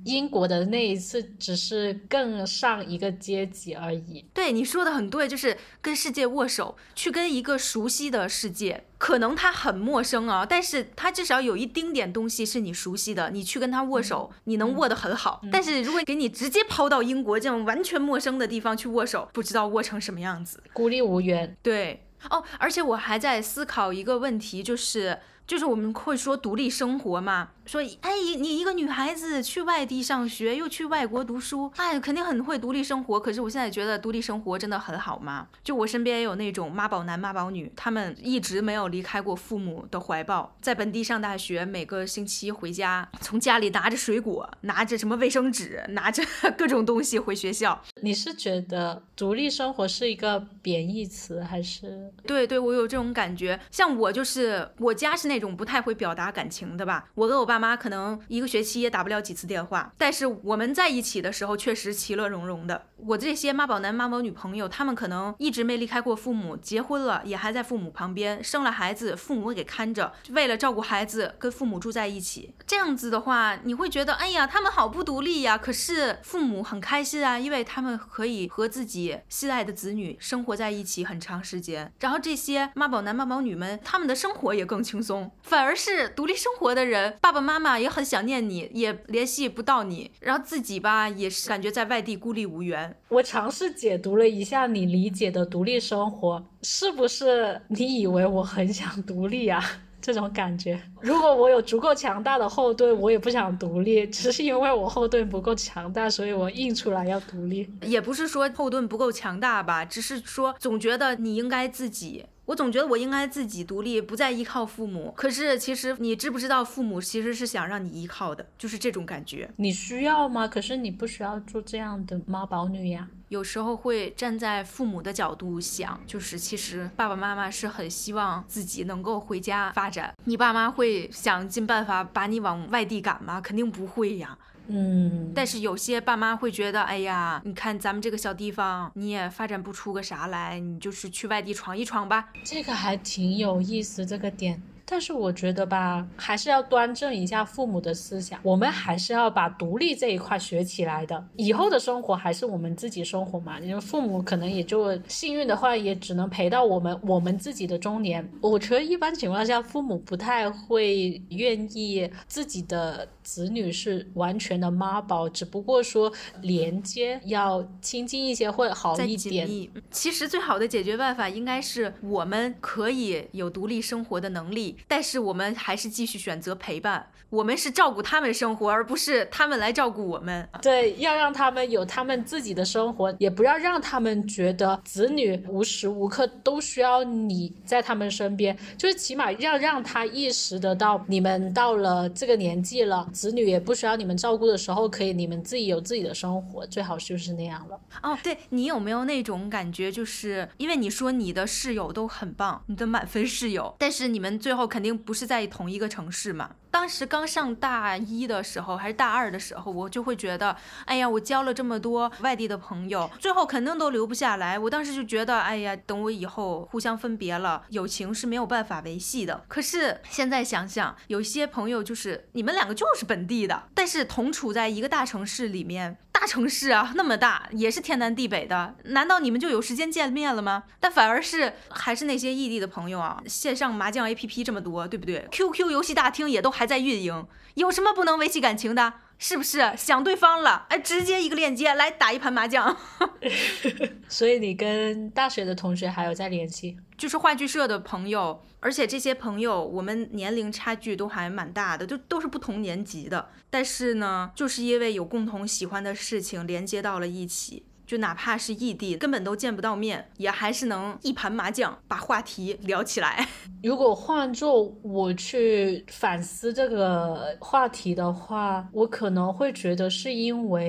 英国的那一次只是更上一个阶级而已。 对，你说的很对，就是跟世界握手，去跟一个熟悉的世界，可能它很陌生啊，但是它至少有一丁点东西是你熟悉的，你去跟它握手，嗯、你能握得很好、嗯。但是如果给你直接抛到英国这种完全陌生的地方去握手，不知道握成什么样子， 孤立无援。 对。哦，而且我还在思考一个问题，就是就是我们会说独立生活嘛，说哎，你一个女孩子去外地上学，又去外国读书，哎，肯定很会独立生活。可是我现在觉得独立生活真的很好吗？就我身边也有那种妈宝男妈宝女，他们一直没有离开过父母的怀抱，在本地上大学，每个星期回家，从家里拿着水果，拿着什么卫生纸，拿着各种东西回学校。 你是觉得独立生活是一个贬义词还是？ 对对，我有这种感觉。像我就是我家是那种不太会表达感情的吧，我跟我爸妈可能一个学期也打不了几次电话，但是我们在一起的时候确实其乐融融的。我这些妈宝男妈宝女朋友，他们可能一直没离开过父母，结婚了也还在父母旁边，生了孩子父母给看着，为了照顾孩子跟父母住在一起。这样子的话你会觉得哎呀他们好不独立呀，可是父母很开心啊，因为他们可以和自己心爱的子女生活在一起很长时间。然后这些妈宝男妈宝女们，他们的生活也更轻松，反而是独立生活的人，爸爸妈妈也很想念你，也联系不到你，然后自己吧也是感觉在外地孤立无援。 我尝试解读了一下你理解的独立生活，是不是你以为我很想独立啊？这种感觉，如果我有足够强大的后盾，我也不想独立，只是因为我后盾不够强大，所以我硬出来要独立。 也不是说后盾不够强大吧，只是说总觉得你应该自己，我总觉得我应该自己独立，不再依靠父母。可是其实你知不知道，父母其实是想让你依靠的，就是这种感觉。 你需要吗？可是你不需要做这样的妈宝女呀。 有时候会站在父母的角度想，就是其实爸爸妈妈是很希望自己能够回家发展。你爸妈会想尽办法把你往外地赶吗？肯定不会呀。 嗯， 但是有些爸妈会觉得，哎呀，你看咱们这个小地方，你也发展不出个啥来，你就是去外地闯一闯吧。 这个还挺有意思，这个点。但是我觉得吧，还是要端正一下父母的思想，我们还是要把独立这一块学起来的。以后的生活还是我们自己生活嘛，因为父母可能也就幸运的话，也只能陪到我们我们自己的中年。我觉得一般情况下，父母不太会愿意自己的子女是完全的妈宝，只不过说连接要亲近一些会好一点。 其实最好的解决办法应该是我们可以有独立生活的能力，但是我们还是继续选择陪伴，我们是照顾他们生活，而不是他们来照顾我们。 对，要让他们有他们自己的生活，也不要让他们觉得子女无时无刻都需要你在他们身边，就是起码要让他意识得到，你们到了这个年纪了，子女也不需要你们照顾的时候，可以你们自己有自己的生活，最好就是那样了。 哦，对，你有没有那种感觉，就是因为你说你的室友都很棒，你的满分室友，但是你们最后肯定不是在同一个城市嘛。当时刚上大一的时候还是大二的时候，我就会觉得，哎呀，我交了这么多外地的朋友，最后肯定都留不下来。我当时就觉得，哎呀，等我以后互相分别了，友情是没有办法维系的。可是现在想想，有些朋友就是你们两个就是本地的，但是同处在一个大城市里面，大城市啊那么大，也是天南地北的，难道你们就有时间见面了吗？但反而是还是那些异地的朋友啊，线上麻将 A P P 这么多，对不对？ Q Q 游戏大厅也都还在运营，有什么不能维系感情的？是不是想对方了，哎，直接一个链接来打一盘麻将。 所以你跟大学的同学还有在联系？ 就是话剧社的朋友，而且这些朋友我们年龄差距都还蛮大的，就都是不同年级的，但是呢就是因为有共同喜欢的事情连接到了一起，就哪怕是异地根本都见不到面，也还是能一盘麻将把话题聊起来。 如果换做我去反思这个话题的话，我可能会觉得是因为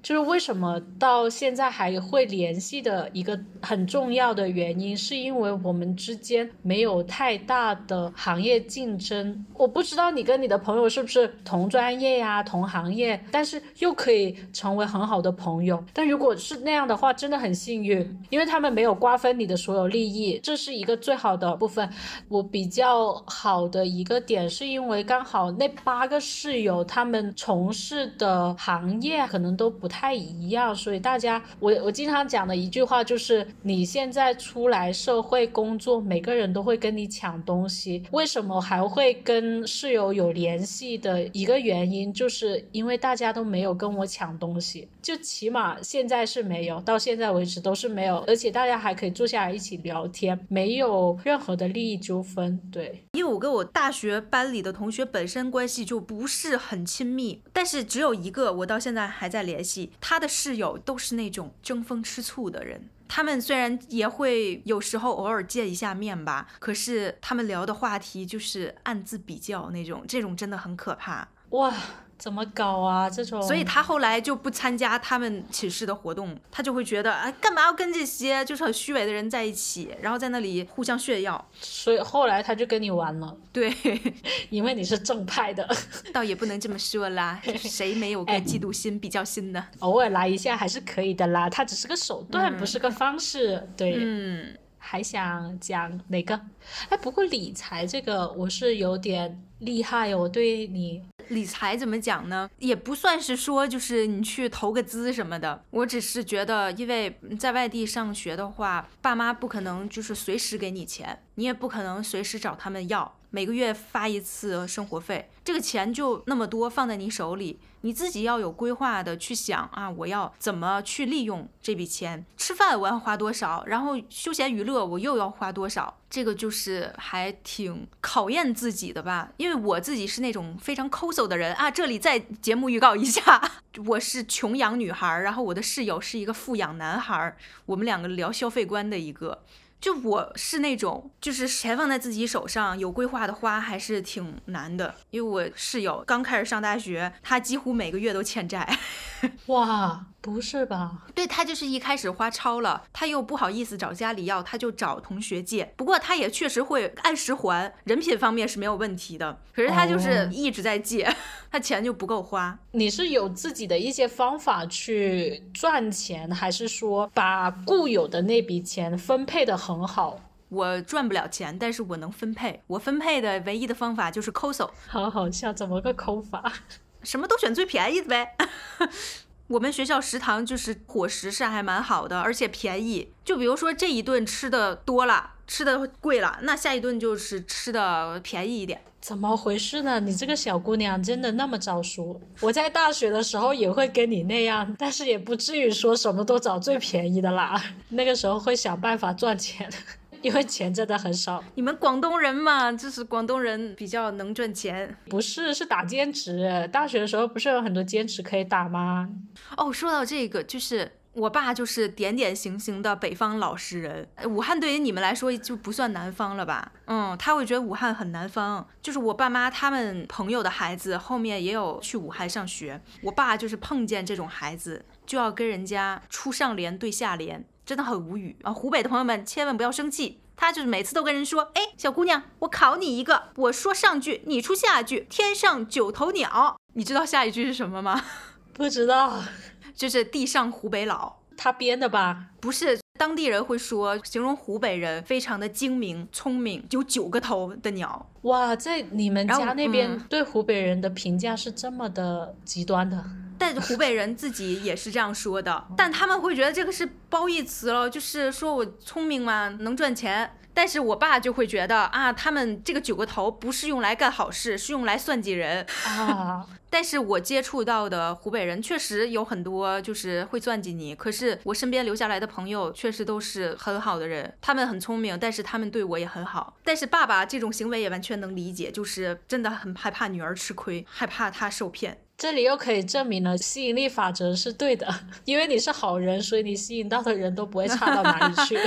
就是为什么到现在还会联系的一个很重要的原因，是因为我们之间没有太大的行业竞争。我不知道你跟你的朋友是不是同专业呀、同行业，但是又可以成为很好的朋友。但如果是那样的话，真的很幸运，因为他们没有瓜分你的所有利益，这是一个最好的部分。我比较好的一个点是因为刚好那八个室友他们从事的行业可能都不太一样，所以大家我我经常讲的一句话就是，你现在出来社会工作，每个人都会跟你抢东西。为什么还会跟室友有联系的一个原因，就是因为大家都没有跟我抢东西，就起码现在是没有，到现在为止都是没有，而且大家还可以坐下来一起聊天，没有任何的利益纠纷。对， 因为我跟我大学班里的同学本身关系就不是很亲密，但是只有一个我到现在还在联系，他的室友都是那种争风吃醋的人。他们虽然也会有时候偶尔见一下面吧，可是他们聊的话题就是暗自比较那种，这种真的很可怕。 哇，怎么搞啊这种？ 所以他后来就不参加他们寝室的活动，他就会觉得，哎，干嘛要跟这些就是很虚伪的人在一起，然后在那里互相炫耀。 所以后来他就跟你玩了。 对， 因为你是正派的。 倒也不能这么说啦，谁没有个嫉妒心、比较心呢？ 偶尔来一下还是可以的啦，它只是个手段，嗯、不是个方式。对， 嗯。 还想讲哪个？哎，不过理财这个我是有点厉害哦，我对你理财怎么讲呢？也不算是说就是你去投个资什么的，我只是觉得，因为在外地上学的话，爸妈不可能就是随时给你钱，你也不可能随时找他们要，每个月发一次生活费，这个钱就那么多放在你手里，你自己要有规划的去想啊，我要怎么去利用这笔钱，吃饭我要花多少，然后休闲娱乐我又要花多少，这个就是还挺考验自己的吧。因为我自己是那种非常抠搜的人啊，这里再节目预告一下，我是穷养女孩，然后我的室友是一个富养男孩，我们两个聊消费观的一个。就我是那种就是钱放在自己手上有规划的花还是挺难的，因为我室友刚开始上大学，他几乎每个月都欠债。 哇，不是吧？ 对，他就是一开始花超了，他又不好意思找家里要，他就找同学借，不过他也确实会按时还，人品方面是没有问题的，可是他就是一直在借、哦、他钱就不够花。 你是有自己的一些方法去赚钱，还是说把固有的那笔钱分配得很好？ 我赚不了钱，但是我能分配，我分配的唯一的方法就是抠搜。 好好笑，怎么个抠法？ 什么都选最便宜的呗。我们学校食堂就是伙食是还蛮好的，而且便宜。就比如说这一顿吃的多了，吃的贵了，那下一顿就是吃的便宜一点。 怎么回事呢？你这个小姑娘真的那么早熟？我在大学的时候也会跟你那样，但是也不至于说什么都找最便宜的啦。那个时候会想办法赚钱。因为钱真的很少。 你们广东人嘛，就是广东人比较能赚钱。 不是，是打兼职。大学的时候不是有很多兼职可以打吗？ 哦，说到这个，就是我爸就是点点行行的北方老实人。武汉对于你们来说就不算南方了吧？嗯，他会觉得武汉很南方。就是我爸妈他们朋友的孩子后面也有去武汉上学，我爸就是碰见这种孩子就要跟人家出上联对下联，真的很无语啊！湖北的朋友们千万不要生气，他就是每次都跟人说，哎，小姑娘，我考你一个，我说上句，你出下句，天上九头鸟。你知道下一句是什么吗？ 不知道， 就是地上湖北佬。 他编的吧？ 不是，当地人会说形容湖北人非常的精明聪明，有九个头的鸟。 哇，在你们家那边对湖北人的评价是这么的极端的？ 但湖北人自己也是这样说的，但他们会觉得这个是褒义词了，就是说我聪明嘛，能赚钱。但是我爸就会觉得啊，他们这个九个头不是用来干好事，是用来算计人啊。 但是我接触到的湖北人确实有很多就是会算计你，可是我身边留下来的朋友确实都是很好的人，他们很聪明，但是他们对我也很好。但是爸爸这种行为也完全能理解，就是真的很害怕女儿吃亏，害怕她受骗。 这里又可以证明了吸引力法则是对的，因为你是好人，所以你吸引到的人都不会差到哪里去。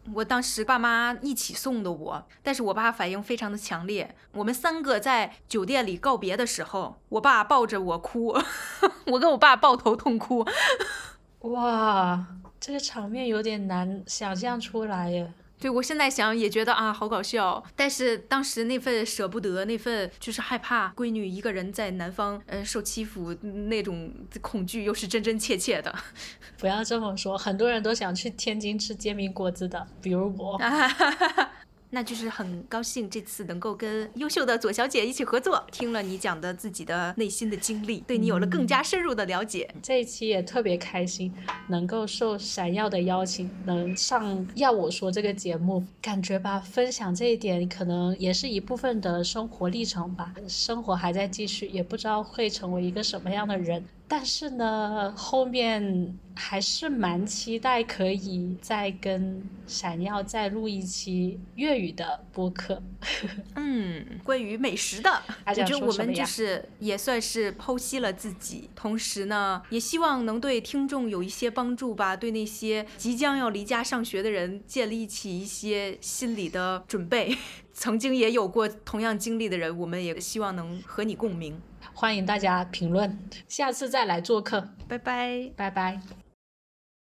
我当时爸妈一起送的我，但是我爸反应非常的强烈。我们三个在酒店里告别的时候，我爸抱着我哭，我跟我爸抱头痛哭。 哇，这个场面有点难想象出来耶。 对，我现在想也觉得啊，好搞笑。但是当时那份舍不得，那份就是害怕闺女一个人在南方，呃，受欺负那种恐惧，又是真真切切的。 不要这么说，很多人都想去天津吃煎饼果子的，比如我。 那就是很高兴这次能够跟优秀的左小姐一起合作，听了你讲的自己的内心的经历，对你有了更加深入的了解。 嗯、这一期也特别开心，能够受闪耀的邀请，能上要我说这个节目，感觉吧，分享这一点可能也是一部分的生活历程吧。生活还在继续，也不知道会成为一个什么样的人。但是呢，后面还是蛮期待可以再跟闪耀再录一期粤语的播客。 嗯，关于美食的， 我觉得我们就是也算是剖析了自己，同时呢，也希望能对听众有一些帮助吧，对那些即将要离家上学的人建立起一些心理的准备。曾经也有过同样经历的人，我们也希望能和你共鸣。 欢迎大家评论，下次再来做客， 拜拜， 拜拜。